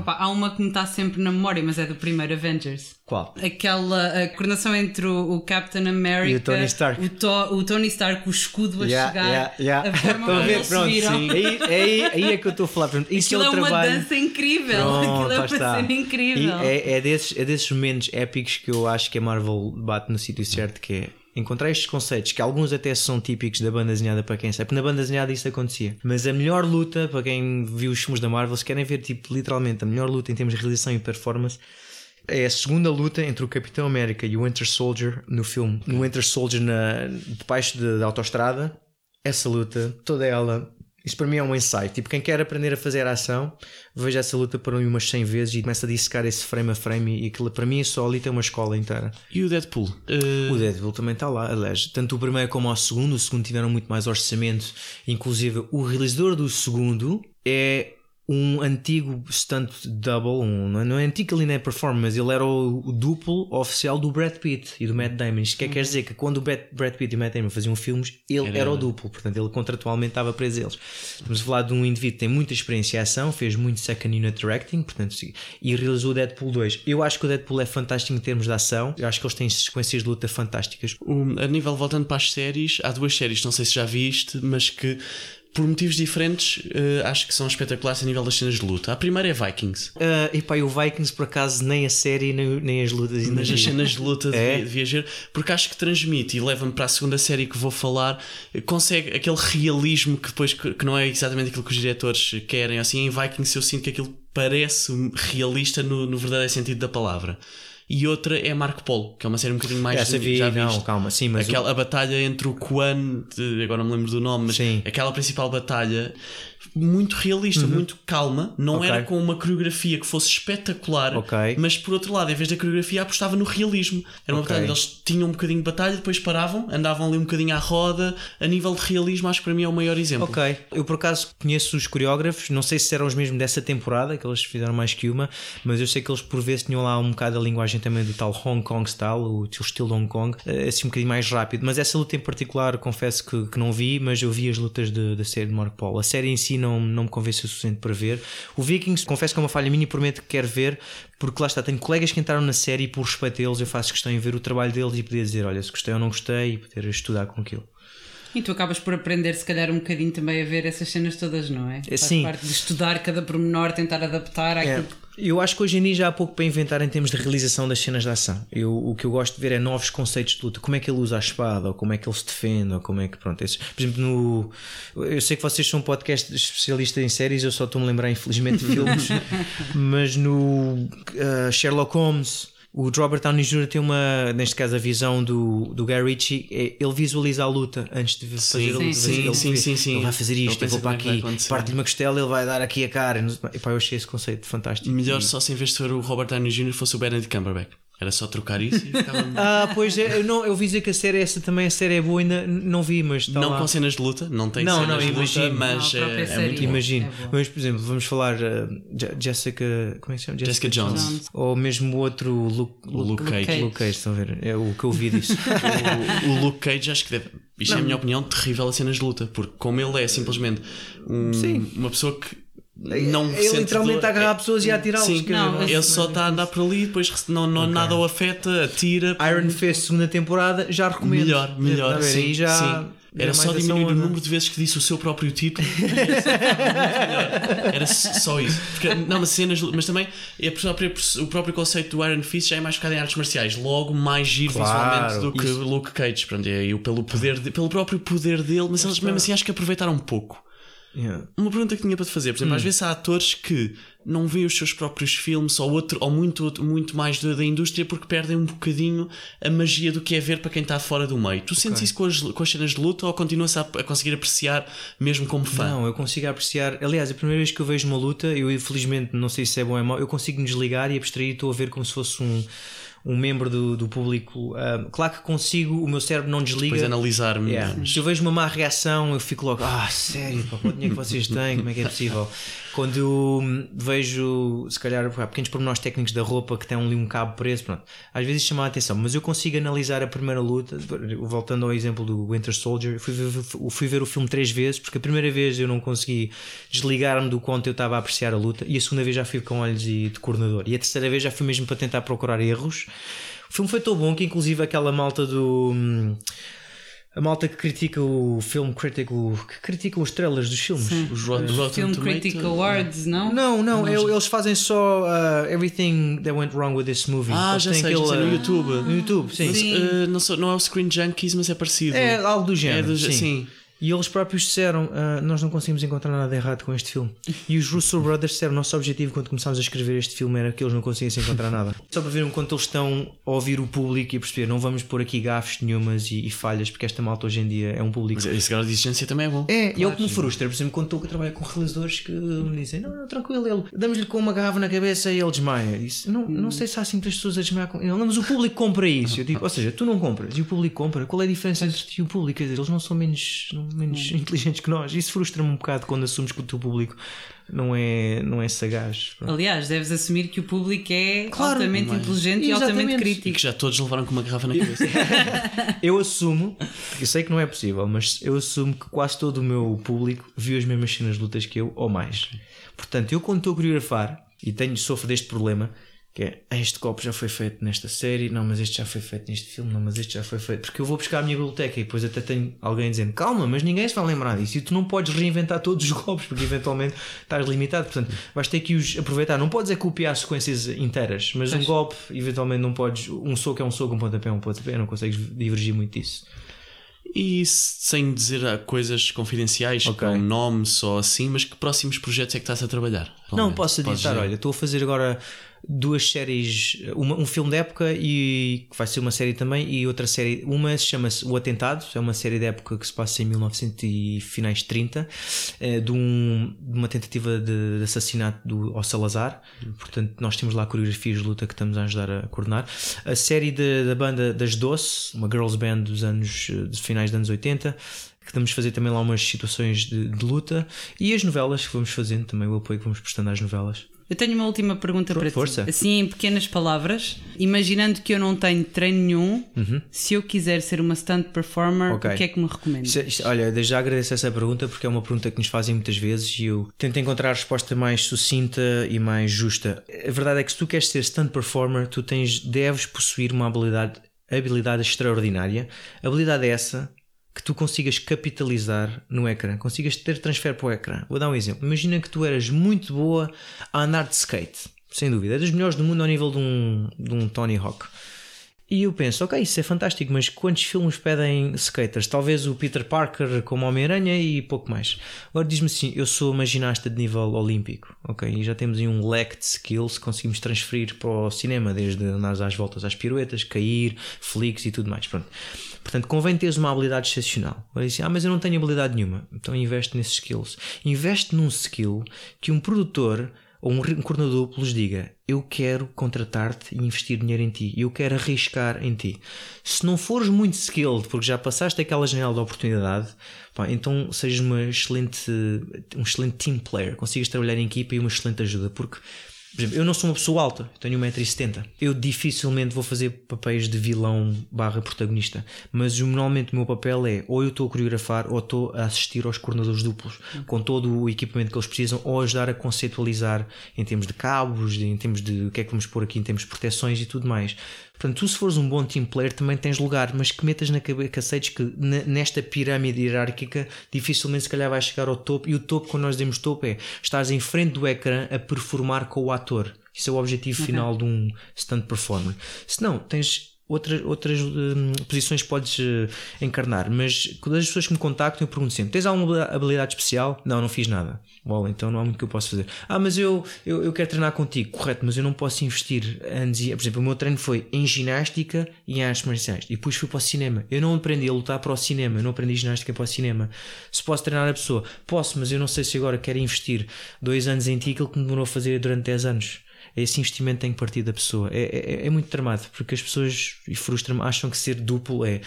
Opa, há uma que me está sempre na memória, mas é do primeiro Avengers. Qual? Aquela a coordenação entre o, o Captain America e o Tony Stark. O, to, o Tony Stark, o escudo a yeah, chegar, yeah, yeah. a forma como eles se viram. Aí, aí, aí é que eu estou a falar. Pronto, isso Aquilo é, o é uma trabalho. dança incrível. Pronto, Aquilo é uma está. cena incrível. E é, é, desses, é desses momentos épicos que eu acho que a Marvel bate no sítio certo, que é encontrar estes conceitos, que alguns até são típicos da banda desenhada para quem sabe, porque na banda desenhada isso acontecia. Mas a melhor luta, para quem viu os filmes da Marvel, se querem ver tipo literalmente a melhor luta em termos de realização e performance, é a segunda luta entre o Capitão América e o Winter Soldier no filme. No Winter Soldier na, debaixo de, da autoestrada. Essa luta, toda ela, isso para mim é um insight. Tipo, quem quer aprender a fazer a ação, veja essa luta para mim umas cem vezes e começa a dissecar esse frame a frame. E aquilo para mim só ali tem uma escola inteira. E o Deadpool? Uh... O Deadpool também está lá, aliás. Tanto o primeiro como o segundo. O segundo tiveram muito mais orçamento. Inclusive, o realizador do segundo é um antigo stunt double, um, não é antigo ali na performance, mas ele era o, o duplo oficial do Brad Pitt e do Matt Damon. Isto quer, quer dizer que quando o Brad, Brad Pitt e o Matt Damon faziam filmes, ele era, era o duplo, portanto ele contratualmente estava preso a eles. Estamos a falar de um indivíduo que tem muita experiência em ação, fez muito second unit directing, portanto, e realizou o Deadpool dois. Eu acho que o Deadpool é fantástico em termos de ação, eu acho que eles têm sequências de luta fantásticas. Um, a nível, voltando para as séries, há duas séries, não sei se já viste, mas que por motivos diferentes, uh, acho que são espetaculares a nível das cenas de luta. A primeira é Vikings. Uh, e pá, e o Vikings, por acaso, nem a série, nem, nem as lutas. Mas as cenas de luta é? de viajar, porque acho que transmite e leva-me para a segunda série que vou falar, consegue aquele realismo que depois que não é exatamente aquilo que os diretores querem. Assim, em Vikings eu sinto que aquilo parece realista no, no verdadeiro sentido da palavra. E outra é Marco Polo, que é uma série um bocadinho mais... Essa vi, já não, calma, sim, mas... Aquela, o... a batalha entre o Quan, de, agora não me lembro do nome, mas sim. Aquela principal batalha, muito realista, uhum. muito calma, não okay. era com uma coreografia que fosse espetacular, okay. mas por outro lado, em vez da coreografia, apostava no realismo. Era uma okay. batalha, eles tinham um bocadinho de batalha, depois paravam, andavam ali um bocadinho à roda, a nível de realismo, acho que para mim é o maior exemplo. Ok, eu por acaso conheço os coreógrafos, não sei se eram os mesmos dessa temporada, que eles fizeram mais que uma, mas eu sei que eles por vezes tinham lá um bocado a linguagem também do tal Hong Kong style, o estilo de Hong Kong, assim um bocadinho mais rápido, mas essa luta em particular confesso que, que não vi, mas eu vi as lutas de, da série de Marco Polo. A série em si não, não me convenceu o suficiente para ver. O Vikings, confesso que é uma falha minha e prometo que quero ver, porque lá está, tenho colegas que entraram na série e por respeito a eles eu faço questão em ver o trabalho deles e poder dizer, olha, se gostei ou não gostei e poder estudar com aquilo. E tu acabas por aprender se calhar um bocadinho também a ver essas cenas todas, não é? Faz Sim. parte de estudar cada pormenor, tentar adaptar àquilo é. que... Eu acho que hoje em dia já há pouco para inventar em termos de realização das cenas de ação. Eu, o que eu gosto de ver é novos conceitos de luta. Como é que ele usa a espada, ou como é que ele se defende, ou como é que, pronto, esses, por exemplo, no, eu sei que vocês são um podcast especialista em séries, eu só estou-me a lembrar infelizmente de filmes, mas no uh, Sherlock Holmes, o Robert Downey júnior tem uma, neste caso a visão do, do Guy Ritchie, é, ele visualiza a luta antes de fazer sim, a luta. Sim, ele, sim, sim, sim. Ele vai fazer isto, eu vou para aqui, parte-lhe uma costela, ele vai dar aqui a cara. E pá, eu achei esse conceito fantástico. Melhor e... só se em vez de ser o Robert Downey júnior fosse o Benedict Cumberbatch. Era só trocar isso e ficava... Ah, pois é, eu, não, eu vi dizer que a série essa também a série é boa e ainda não vi, mas está não lá. Com cenas de luta, não tem não, cenas não, de imagino. luta, mas não, é, é muito imagino. É mas por exemplo, vamos falar uh, Jessica, como é que se chama? Jessica, Jessica Jones. Jones. Ou mesmo o outro Luke, o Luke, Luke Cage. Luke Cage, estão a ver? É o que eu vi disso. o, o Luke Cage acho que deve... Isto não. É a minha opinião, terrível as cenas de luta, porque como ele é simplesmente um, uma pessoa que não ele literalmente está a agarrar pessoas e a atirá-los. Sim, não, ele só está a andar por ali, depois não, não okay. nada o afeta, atira. Iron Fist, segunda temporada, já recomendo. Melhor, melhor. Sim, aí já sim. Era só diminuir o número de vezes que disse o seu próprio título. Era só isso. Porque, não, mas, cenas, mas também é próprio, o próprio conceito do Iron Fist já é mais focado em artes marciais, logo mais giro claro, visualmente do que isso. Luke Cage. Pronto, é, pelo, poder de, pelo próprio poder dele, mas eles mesmo assim acho que aproveitaram um pouco. Yeah. Uma pergunta que tinha para te fazer, por exemplo, hum. às vezes há atores que não veem os seus próprios filmes ou, outro, ou muito, muito mais da, da indústria porque perdem um bocadinho a magia do que é ver para quem está fora do meio. Tu okay. sentes isso com as, com as cenas de luta ou continuas a, a conseguir apreciar mesmo como fã? Não, eu consigo apreciar. Aliás, a primeira vez que eu vejo uma luta, eu infelizmente não sei se é bom ou é mau, eu consigo me desligar e abstrair e estou a ver como se fosse um um membro do, do público. Um, claro que consigo, o meu cérebro não desliga. Depois analisar-me. Yeah. Se eu vejo uma má reação, eu fico logo, ah, sério, pá, quanto dinheiro que vocês têm, como é que é possível? Quando eu vejo, se calhar, há pequenos pormenores técnicos da roupa que tem ali um cabo preso, pronto, às vezes chama a atenção, mas eu consigo analisar a primeira luta. Voltando ao exemplo do Winter Soldier, fui ver, fui ver o filme três vezes, porque a primeira vez eu não consegui desligar-me do quanto eu estava a apreciar a luta, e a segunda vez já fui com olhos de coordenador, e a terceira vez já fui mesmo para tentar procurar erros. O filme foi tão bom que inclusive aquela malta do... A malta que critica o filme crítico, que critica os trailers dos filmes. Sim. Os Rotten Film Tomato. Critic Awards, não? Não, não, eu, eles fazem só uh, Everything That Went Wrong With This Movie. Ah, Eles já têm sei, já sei, aquele, no YouTube. No YouTube, sim. Sim. Uh, não, sou, não é o Screen Junkies, mas é parecido. É algo do género. É do, sim. sim. E eles próprios disseram, uh, nós não conseguimos encontrar nada errado com este filme. E os Russo Brothers disseram, nosso objetivo quando começámos a escrever este filme era que eles não conseguissem encontrar nada. Só para ver o quanto eles estão a ouvir o público e a perceber, não vamos pôr aqui gafes nenhumas e, e falhas, porque esta malta hoje em dia é um público... Mas esse grau de exigência também é bom. É, Claro. e é o que me frustra, por exemplo, quando estou a trabalhar com realizadores que me dizem, não, não, tranquilo, ele, damos-lhe com uma garrafa na cabeça e ele desmaia. Isso, não, não sei se há assim muitas pessoas a desmaiar com ele, não, mas o público compra isso. Eu digo, ou seja, tu não compras e o público compra. Qual é a diferença entre ti e o público? Quer dizer, eles não são menos, não, menos inteligentes que nós. Isso frustra-me um bocado quando assumes que o teu público não é, não é sagaz. Aliás, deves assumir que o público é Claro, altamente mas- inteligente e Exatamente. altamente E crítico. que já todos levaram com uma garrafa na cabeça. Eu assumo, eu sei que não é possível, mas eu assumo que quase todo o meu público viu as mesmas cenas de lutas que eu, ou mais. Portanto, eu quando estou a coreografar e tenho, sofro deste problema, que é, "Ah, este copo já foi feito nesta série, não, mas este já foi feito neste filme, não, mas este já foi feito", porque eu vou buscar a minha biblioteca e depois até tenho alguém dizendo, calma, mas ninguém se vai lembrar disso e tu não podes reinventar todos os copos porque eventualmente estás limitado, portanto vais ter que os aproveitar, não podes é copiar sequências inteiras, mas um golpe eventualmente não podes, um soco é um soco, um pontapé é um pontapé, não consegues divergir muito disso. E sem dizer ah, coisas confidenciais, Ok. com nome só assim, mas que próximos projetos é que estás a trabalhar? Não, Realmente? posso Podes adiantar, dizer. olha, estou a fazer agora duas séries, uma, um filme de época e que vai ser uma série também, e outra série, uma chama-se O Atentado, é uma série de época que se passa em mil e novecentos e finais de trinta, é, de, um, de uma tentativa de, de assassinato do, ao Salazar, portanto nós temos lá coreografias de luta que estamos a ajudar a coordenar. A série de, da banda das Doce, uma girls band dos anos, de finais dos anos oitenta, que vamos fazer também lá umas situações de, de luta, e as novelas que vamos fazendo também, o apoio que vamos prestando às novelas. Eu tenho uma última pergunta para Força. ti. Assim, em pequenas palavras, imaginando que eu não tenho treino nenhum, se eu quiser ser uma stunt performer, Ok. o que é que me recomenda? Isto- isto- olha, desde já agradeço essa pergunta porque é uma pergunta que nos fazem muitas vezes e eu tento encontrar a resposta mais sucinta e mais justa. A verdade é que se tu queres ser stunt performer, tu tens, deves possuir uma habilidade, habilidade extraordinária. A habilidade é essa que tu consigas capitalizar no ecrã, consigas ter transfer para o ecrã. Vou dar um exemplo. Imagina que tu eras muito boa a andar de skate, sem dúvida, é das melhores do mundo ao nível de um, de um Tony Hawk. E eu penso, ok, isso é fantástico, mas quantos filmes pedem skaters? Talvez o Peter Parker como Homem-Aranha e pouco mais. Agora diz-me assim, eu sou uma ginasta de nível olímpico, ok? E já temos aí um leque de skills que conseguimos transferir para o cinema, desde andar às voltas às piruetas, cair, flicks e tudo mais. Pronto. Portanto, convém teres uma habilidade excepcional. Agora diz assim, ah, mas eu não tenho habilidade nenhuma. Então investe nesses skills. Investe num skill que um produtor ou um coordenador lhes diga, eu quero contratar-te e investir dinheiro em ti, eu quero arriscar em ti. Se não fores muito skilled, porque já passaste aquela janela de oportunidade, pá, então sejas uma excelente, um excelente team player, consigas trabalhar em equipa e uma excelente ajuda, porque, por exemplo, eu não sou uma pessoa alta, tenho um metro e setenta. Eu dificilmente vou fazer papéis de vilão barra protagonista, mas normalmente o meu papel é ou eu estou a coreografar ou estou a assistir aos coordenadores duplos, com todo o equipamento que eles precisam, ou ajudar a conceitualizar em termos de cabos, em termos de o que é que vamos pôr aqui em termos de proteções e tudo mais. Portanto, tu se fores um bom team player também tens lugar, mas que metas na cabeça, que aceites que nesta pirâmide hierárquica dificilmente se calhar vais chegar ao topo, e o topo, quando nós dizemos topo, é estás em frente do ecrã a performar com o ator. Isso é o objetivo final de um stunt performer. Se não, tens outras, outras hum, posições que podes uh, encarnar, mas quando as pessoas que me contactam eu pergunto sempre, tens alguma habilidade especial? Não, não fiz nada. Bom, então não há muito que eu possa fazer. Ah, mas eu, eu, eu quero treinar contigo. Correto, mas eu não posso investir anos e, por exemplo, o meu treino foi em ginástica e em artes marciais, e depois fui para o cinema. Eu não aprendi a lutar para o cinema, eu não aprendi ginástica para o cinema. Se posso treinar a pessoa, posso, mas eu não sei se agora quero investir dois anos em ti aquilo que me demorou a fazer durante dez anos. Esse investimento tem que partir da pessoa. É, é, é muito tramado, porque as pessoas, e frustra-me, acham que ser duplo é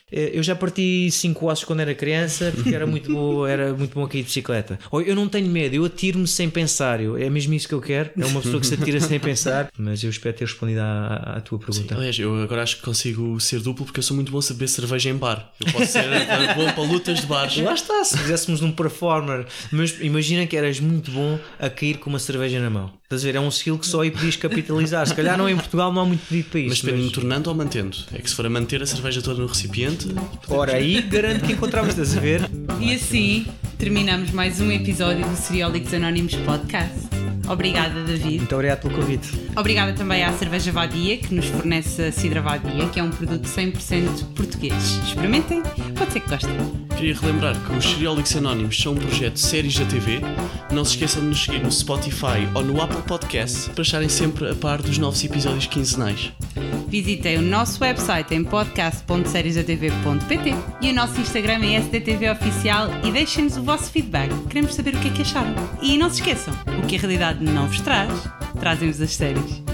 Eu já parti cinco ossos quando era criança porque era muito bom, era muito bom a cair de bicicleta. Ou eu não tenho medo, eu atiro-me sem pensar. Eu, é mesmo isso que eu quero. É uma pessoa que se atira sem pensar. Mas eu espero ter respondido à, à tua pergunta. Sim, aliás, eu agora acho que consigo ser duplo porque eu sou muito bom a saber cerveja em bar. Eu posso ser bom para lutas de bares. Lá está, se fizéssemos um performer. Mas imagina que eras muito bom a cair com uma cerveja na mão. Estás a ver? É um skill que só aí podias capitalizar. Se calhar não em Portugal não há muito pedido para isso. Mas depende-me tornando ou mantendo. É que se for a manter a cerveja toda no recipiente. Ora, aí garanto que encontramos, estás a ver? E assim terminamos mais um episódio do Cereólicos Anónimos Podcast. Obrigada, David. Muito obrigado pelo convite. Obrigada também à Cerveja Vadia, que nos fornece a Cidra Vadia, que é um produto cem por cento português. Experimentem, pode ser que gostem. Queria relembrar que os Cereólicos Anónimos são um projeto de séries da T V. Não se esqueçam de nos seguir no Spotify ou no Apple Podcast para estarem sempre a par dos novos episódios quinzenais. Visitem o nosso website em podcast ponto seriesdatv ponto pt e o nosso Instagram em S D T V Oficial e deixem-nos o vosso feedback. Queremos saber o que é que acharam. E não se esqueçam, o que a realidade não vos traz, trazem-vos as séries.